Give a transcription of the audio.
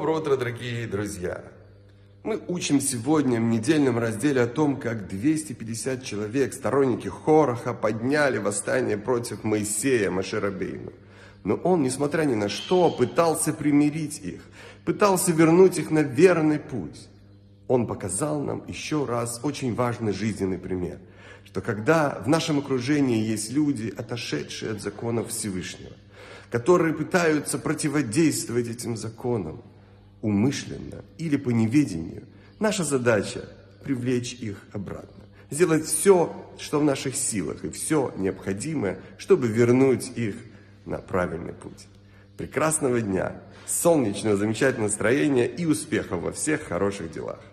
Доброе утро, дорогие друзья! Мы учим сегодня в недельном разделе о том, как 250 человек, сторонники Хороха, подняли восстание против Моисея, Моше Рабейну. Но он, несмотря ни на что, пытался примирить их, пытался вернуть их на верный путь. Он показал нам еще раз очень важный жизненный пример, что когда в нашем окружении есть люди, отошедшие от законов Всевышнего, которые пытаются противодействовать этим законам умышленно или по неведению, наша задача привлечь их обратно, сделать все, что в наших силах, и все необходимое, чтобы вернуть их на правильный путь. Прекрасного дня, солнечного, замечательного настроения и успехов во всех хороших делах.